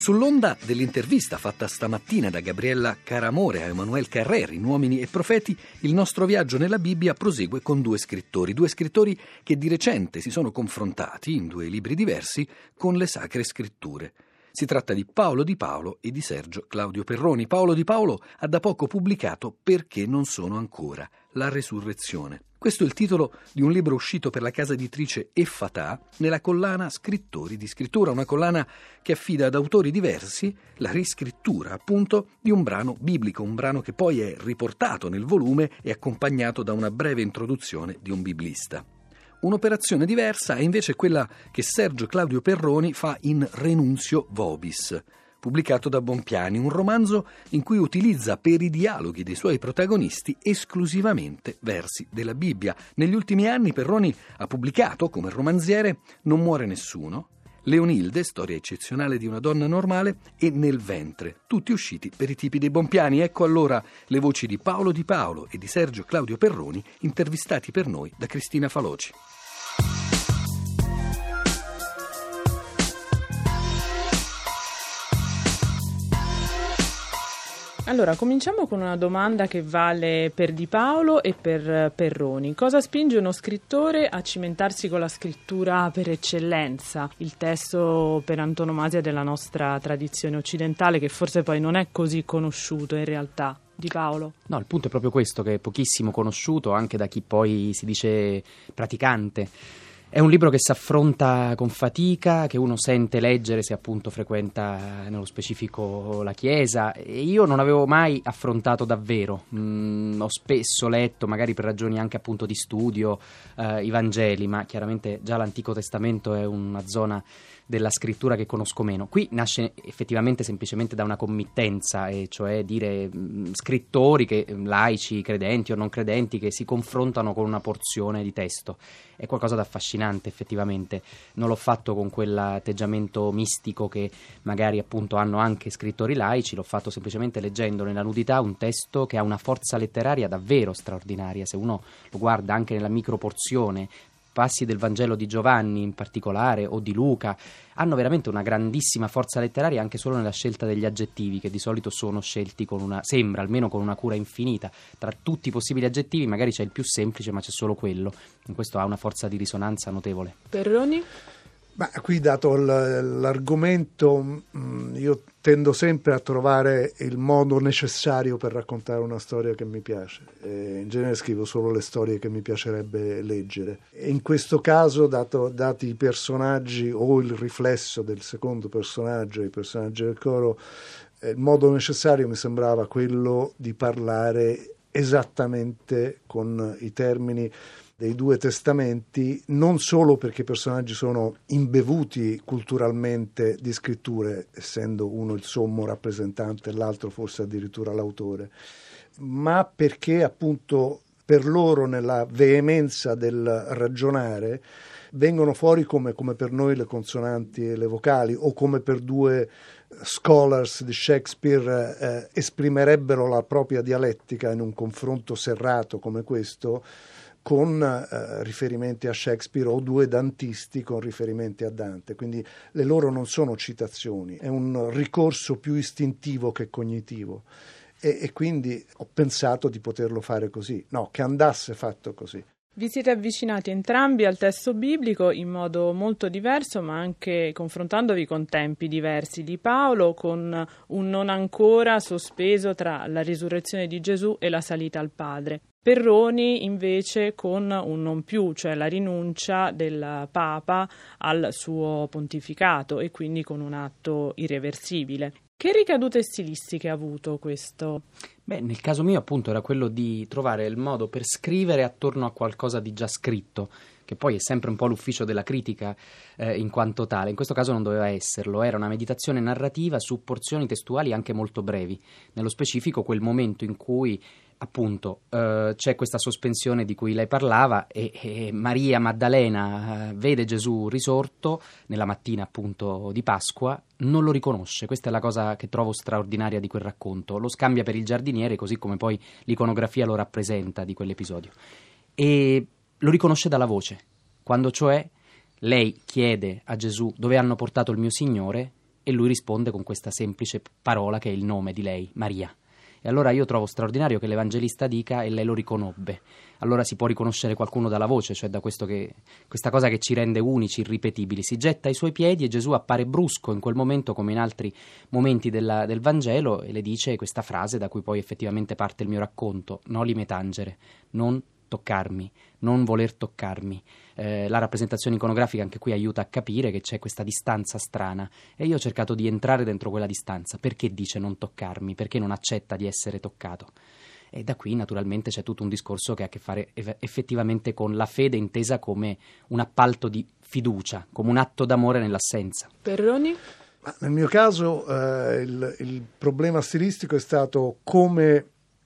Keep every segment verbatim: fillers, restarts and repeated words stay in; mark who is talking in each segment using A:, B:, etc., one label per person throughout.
A: Sull'onda dell'intervista fatta stamattina da Gabriella Caramore a Emmanuel Carrère in Uomini e Profeti, il nostro viaggio nella Bibbia prosegue con due scrittori, due scrittori che di recente si sono confrontati, in due libri diversi, con le Sacre Scritture. Si tratta di Paolo Di Paolo e di Sergio Claudio Perroni. Paolo Di Paolo ha da poco pubblicato Perché non sono ancora, la resurrezione. Questo è il titolo di un libro uscito per la casa editrice Effatà nella collana Scrittori di Scrittura, una collana che affida ad autori diversi la riscrittura, appunto, di un brano biblico, un brano che poi è riportato nel volume e accompagnato da una breve introduzione di un biblista. Un'operazione diversa è invece quella che Sergio Claudio Perroni fa in Renunzio Vobis, pubblicato da Bonpiani, un romanzo in cui utilizza per i dialoghi dei suoi protagonisti esclusivamente versi della Bibbia. Negli ultimi anni Perroni ha pubblicato, come romanziere, Non muore nessuno, Leonilde, storia eccezionale di una donna normale, e Nel ventre, tutti usciti per i tipi dei Bonpiani. Ecco allora le voci di Paolo Di Paolo e di Sergio Claudio Perroni, intervistati per noi da Cristina Faloci.
B: Allora, cominciamo con una domanda che vale per Di Paolo e per Perroni. Cosa spinge uno scrittore a cimentarsi con la scrittura per eccellenza, il testo per antonomasia della nostra tradizione occidentale, che forse poi non è così conosciuto in realtà? Di Paolo?
C: No, il punto è proprio questo, che è pochissimo conosciuto anche da chi poi si dice praticante. È un libro che si affronta con fatica, che uno sente leggere se appunto frequenta nello specifico la chiesa, e io non avevo mai affrontato davvero. Mm, ho spesso letto, magari per ragioni anche appunto di studio, eh, i Vangeli, ma chiaramente già l'Antico Testamento è una zona della scrittura che conosco meno. Qui nasce effettivamente semplicemente da una committenza, e cioè dire mh, scrittori che laici, credenti o non credenti, che si confrontano con una porzione di testo. È qualcosa di affascinante effettivamente. Non l'ho fatto con quell'atteggiamento mistico che magari appunto hanno anche scrittori laici, l'ho fatto semplicemente leggendo nella nudità un testo che ha una forza letteraria davvero straordinaria. Se uno lo guarda anche nella microporzione, passi del Vangelo di Giovanni in particolare o di Luca, hanno veramente una grandissima forza letteraria anche solo nella scelta degli aggettivi, che di solito sono scelti con una, sembra almeno con una cura infinita. Tra tutti i possibili aggettivi magari c'è il più semplice, ma c'è solo quello. In questo ha una forza di risonanza notevole.
B: Perroni?
D: Ma qui, dato l'argomento, io tendo sempre a trovare il modo necessario per raccontare una storia che mi piace. E in genere scrivo solo le storie che mi piacerebbe leggere. E in questo caso, dato, dati i personaggi o il riflesso del secondo personaggio, i personaggi del coro, eh, il modo necessario mi sembrava quello di parlare esattamente con i termini dei due testamenti, non solo perché i personaggi sono imbevuti culturalmente di scritture, essendo uno il sommo rappresentante e l'altro forse addirittura l'autore, ma perché appunto per loro, nella veemenza del ragionare, vengono fuori come, come per noi le consonanti e le vocali, o come per due scholars di Shakespeare eh, esprimerebbero la propria dialettica in un confronto serrato come questo, con eh, riferimenti a Shakespeare, o due dantisti con riferimenti a Dante. Quindi le loro non sono citazioni, è un ricorso più istintivo che cognitivo, e, e quindi ho pensato di poterlo fare così, no, che andasse fatto così.
B: Vi siete avvicinati entrambi al testo biblico in modo molto diverso, ma anche confrontandovi con tempi diversi. Di Paolo con un non ancora sospeso tra la risurrezione di Gesù e la salita al Padre. Perroni invece con un non più, cioè la rinuncia del Papa al suo pontificato, e quindi con un atto irreversibile. Che ricadute stilistiche ha avuto questo?
C: Beh, nel caso mio appunto era quello di trovare il modo per scrivere attorno a qualcosa di già scritto, che poi è sempre un po' l'ufficio della critica eh, in quanto tale. In questo caso non doveva esserlo, era una meditazione narrativa su porzioni testuali anche molto brevi, nello specifico quel momento in cui appunto eh, c'è questa sospensione di cui lei parlava, e, e Maria Maddalena eh, vede Gesù risorto nella mattina appunto di Pasqua, non lo riconosce. Questa è la cosa che trovo straordinaria di quel racconto. Lo scambia per il giardiniere, così come poi l'iconografia lo rappresenta di quell'episodio, e lo riconosce dalla voce, quando cioè lei chiede a Gesù: dove hanno portato il mio Signore? E lui risponde con questa semplice parola che è il nome di lei, Maria. E allora io trovo straordinario che l'Evangelista dica e lei lo riconobbe. Allora si può riconoscere qualcuno dalla voce, cioè da questo che, questa cosa che ci rende unici, irripetibili. Si getta ai suoi piedi e Gesù appare brusco in quel momento come in altri momenti della, del Vangelo e le dice questa frase da cui poi effettivamente parte il mio racconto: noli me tangere, non toccarmi, non voler toccarmi. Eh, la rappresentazione iconografica anche qui aiuta a capire che c'è questa distanza strana e io ho cercato di entrare dentro quella distanza. Perché dice non toccarmi? Perché non accetta di essere toccato? E da qui naturalmente c'è tutto un discorso che ha a che fare effettivamente con la fede intesa come un appalto di fiducia, come un atto d'amore nell'assenza.
B: Perroni?
D: Ma nel mio caso eh, il, il problema stilistico è stato come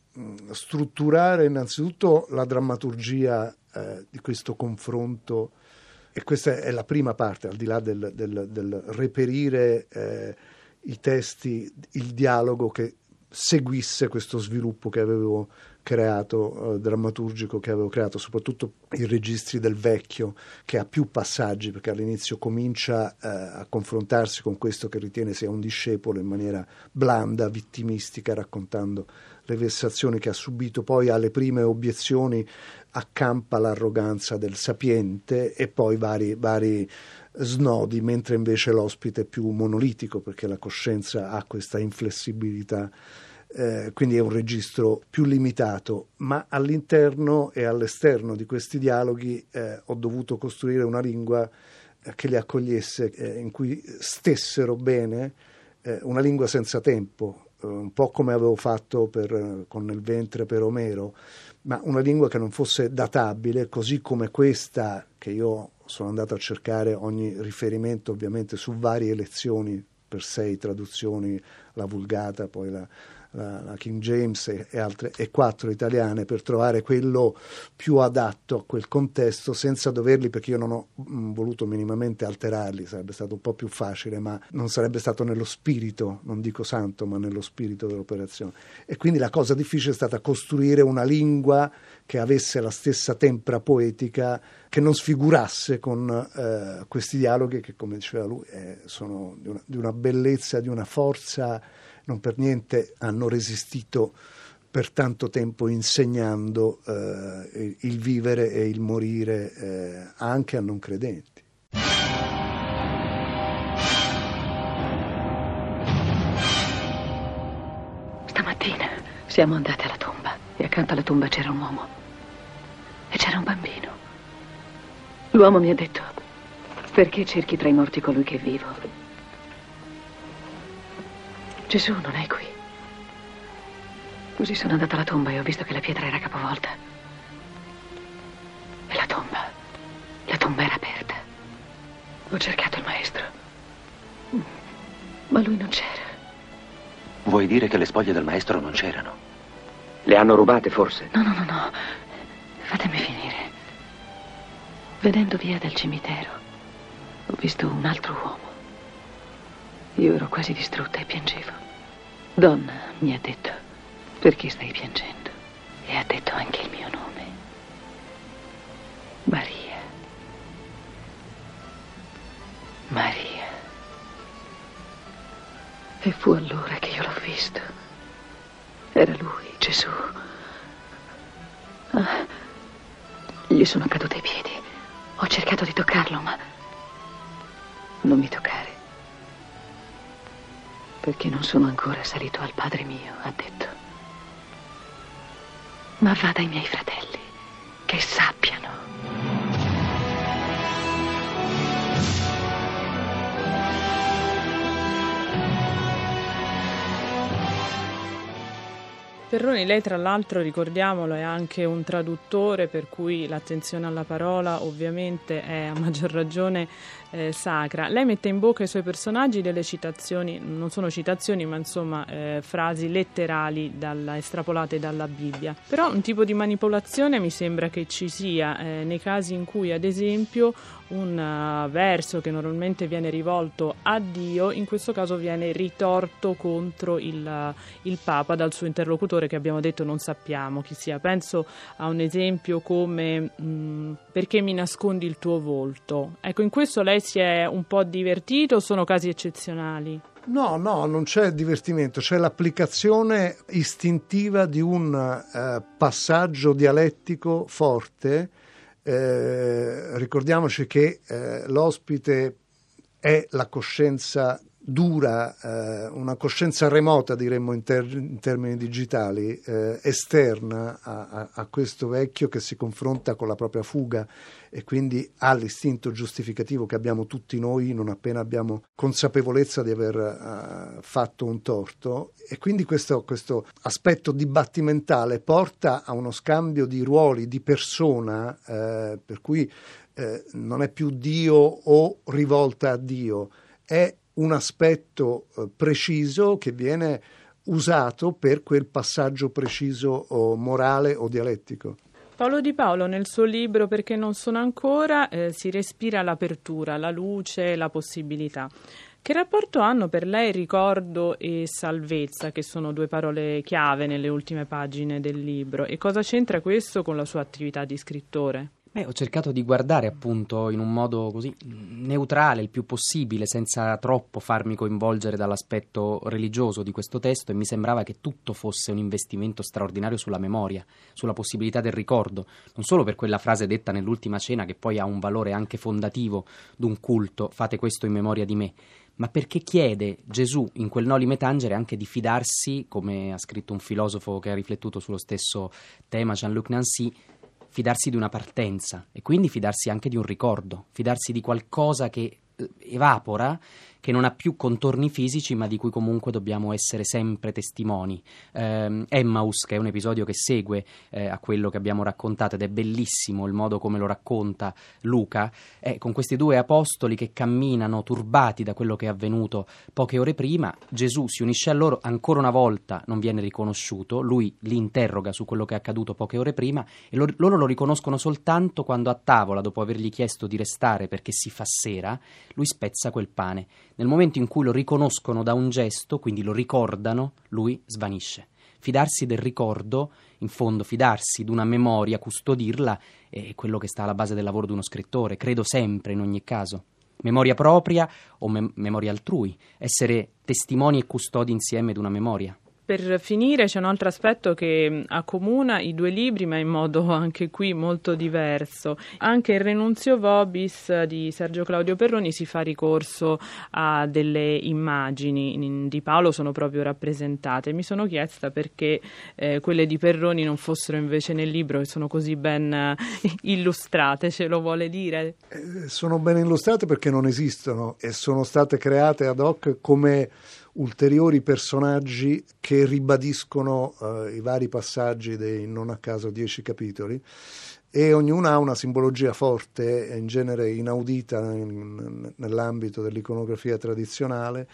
D: strutturare innanzitutto la drammaturgia eh, di questo confronto, e questa è la prima parte, al di là del, del, del reperire eh, i testi, il dialogo che seguisse questo sviluppo che avevo creato, eh, drammaturgico che avevo creato, soprattutto i registri del vecchio, che ha più passaggi, perché all'inizio comincia eh, a confrontarsi con questo che ritiene sia un discepolo in maniera blanda, vittimistica, raccontando le vessazioni che ha subito. Poi alle prime obiezioni accampa l'arroganza del sapiente e poi vari, vari snodi, mentre invece l'ospite è più monolitico perché la coscienza ha questa inflessibilità. Eh, quindi è un registro più limitato, ma all'interno e all'esterno di questi dialoghi eh, ho dovuto costruire una lingua eh, che li accogliesse, eh, in cui stessero bene, eh, una lingua senza tempo, eh, un po' come avevo fatto per, eh, con Nel ventre per Omero, ma una lingua che non fosse databile, così come questa che io sono andato a cercare ogni riferimento ovviamente su varie lezioni per sei traduzioni, la Vulgata, poi la La, la King James e, e altre e quattro italiane, per trovare quello più adatto a quel contesto senza doverli, perché io non ho mh, voluto minimamente alterarli, sarebbe stato un po' più facile, ma non sarebbe stato nello spirito, non dico santo, ma nello spirito dell'operazione. E quindi la cosa difficile è stata costruire una lingua che avesse la stessa tempra poetica, che non sfigurasse con eh, questi dialoghi che, come diceva lui, eh, sono di una, di una bellezza, di una forza. Non per niente hanno resistito per tanto tempo insegnando eh, il vivere e il morire eh, anche a non credenti.
E: Stamattina siamo andate alla tomba e accanto alla tomba c'era un uomo e c'era un bambino. L'uomo mi ha detto: perché cerchi tra i morti colui che è vivo? Gesù non è qui. Così sono andata alla tomba e ho visto che la pietra era capovolta. E la tomba, la tomba era aperta. Ho cercato il maestro, ma lui non c'era.
F: Vuoi dire che le spoglie del maestro non c'erano?
G: Le hanno rubate forse?
E: No, no, no, no. Fatemi finire. Venendo via dal cimitero, ho visto un altro uomo. Io ero quasi distrutta e piangevo. Donna, mi ha detto, perché stai piangendo? E ha detto anche il mio nome. Maria. Maria. E fu allora che io l'ho visto. Era lui, Gesù. Ah, gli sono caduta ai piedi. Ho cercato di toccarlo, ma non mi toccare. Perché non sono ancora salito al Padre mio, ha detto. Ma va dai miei fratelli, che sappiano.
B: Perroni, lei tra l'altro, ricordiamolo, è anche un traduttore, per cui l'attenzione alla parola ovviamente è a maggior ragione eh, sacra. Lei mette in bocca ai suoi personaggi delle citazioni, non sono citazioni ma insomma eh, frasi letterali dalla, estrapolate dalla Bibbia. Però un tipo di manipolazione mi sembra che ci sia eh, nei casi in cui ad esempio un uh, verso che normalmente viene rivolto a Dio in questo caso viene ritorto contro il, uh, il Papa dal suo interlocutore, che abbiamo detto non sappiamo chi sia. Penso a un esempio come mh, perché mi nascondi il tuo volto. Ecco, in questo lei si è un po' divertito o sono casi eccezionali?
D: No, no, non c'è divertimento, c'è l'applicazione istintiva di un eh, passaggio dialettico forte. Eh, ricordiamoci che eh, l'ospite è la coscienza dura, eh, una coscienza remota, diremmo in, ter- in termini digitali, eh, esterna a-, a-, a questo vecchio che si confronta con la propria fuga e quindi ha l'istinto giustificativo che abbiamo tutti noi non appena abbiamo consapevolezza di aver uh, fatto un torto, e quindi questo, questo aspetto dibattimentale porta a uno scambio di ruoli, di persona, eh, per cui eh, non è più Dio o rivolta a Dio, è un aspetto eh, preciso che viene usato per quel passaggio preciso o morale o dialettico.
B: Paolo Di Paolo nel suo libro Perché non sono ancora eh, si respira l'apertura, la luce, la possibilità. Che rapporto hanno per lei ricordo e salvezza, che sono due parole chiave nelle ultime pagine del libro, e cosa c'entra questo con la sua attività di scrittore?
C: Beh, ho cercato di guardare appunto in un modo così neutrale il più possibile, senza troppo farmi coinvolgere dall'aspetto religioso di questo testo, e mi sembrava che tutto fosse un investimento straordinario sulla memoria, sulla possibilità del ricordo, non solo per quella frase detta nell'ultima cena che poi ha un valore anche fondativo d'un culto, fate questo in memoria di me, ma perché chiede Gesù in quel Noli Tangere anche di fidarsi, come ha scritto un filosofo che ha riflettuto sullo stesso tema, Jean-Luc Nancy, fidarsi di una partenza e quindi fidarsi anche di un ricordo, fidarsi di qualcosa che evapora, che non ha più contorni fisici ma di cui comunque dobbiamo essere sempre testimoni. eh, Emmaus, che è un episodio che segue eh, a quello che abbiamo raccontato, ed è bellissimo il modo come lo racconta Luca, è con questi due apostoli che camminano turbati da quello che è avvenuto poche ore prima. Gesù si unisce a loro, ancora una volta non viene riconosciuto, lui li interroga su quello che è accaduto poche ore prima e lo, loro lo riconoscono soltanto quando a tavola, dopo avergli chiesto di restare perché si fa sera, lui spezza quel pane. Nel momento in cui lo riconoscono da un gesto, quindi lo ricordano, lui svanisce. Fidarsi del ricordo, in fondo fidarsi di una memoria, custodirla, è quello che sta alla base del lavoro di uno scrittore, credo sempre, in ogni caso. Memoria propria o mem- memoria altrui, essere testimoni e custodi insieme di una memoria.
B: Per finire c'è un altro aspetto che accomuna i due libri, ma in modo anche qui molto diverso. Anche il Renunzio Vobis di Sergio Claudio Perroni si fa ricorso a delle immagini, Di Paolo sono proprio rappresentate. Mi sono chiesta perché eh, quelle di Perroni non fossero invece nel libro, che sono così ben eh, illustrate, ce lo vuole dire?
D: Eh, sono ben illustrate perché non esistono e sono state create ad hoc come ulteriori personaggi che ribadiscono eh, i vari passaggi dei non a caso dieci capitoli, e ognuna ha una simbologia forte, in genere inaudita in, nell'ambito dell'iconografia tradizionale,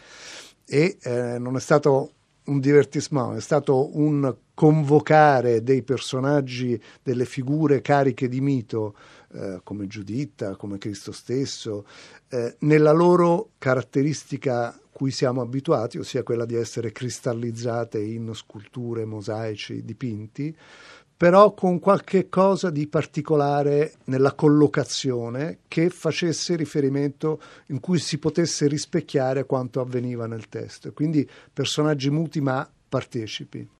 D: e eh, non è stato un divertissement, è stato un convocare dei personaggi, delle figure cariche di mito, eh, come Giuditta, come Cristo stesso, eh, nella loro caratteristica cui siamo abituati, ossia quella di essere cristallizzate in sculture, mosaici, dipinti, però con qualche cosa di particolare nella collocazione che facesse riferimento, in cui si potesse rispecchiare quanto avveniva nel testo. Quindi personaggi muti ma partecipi.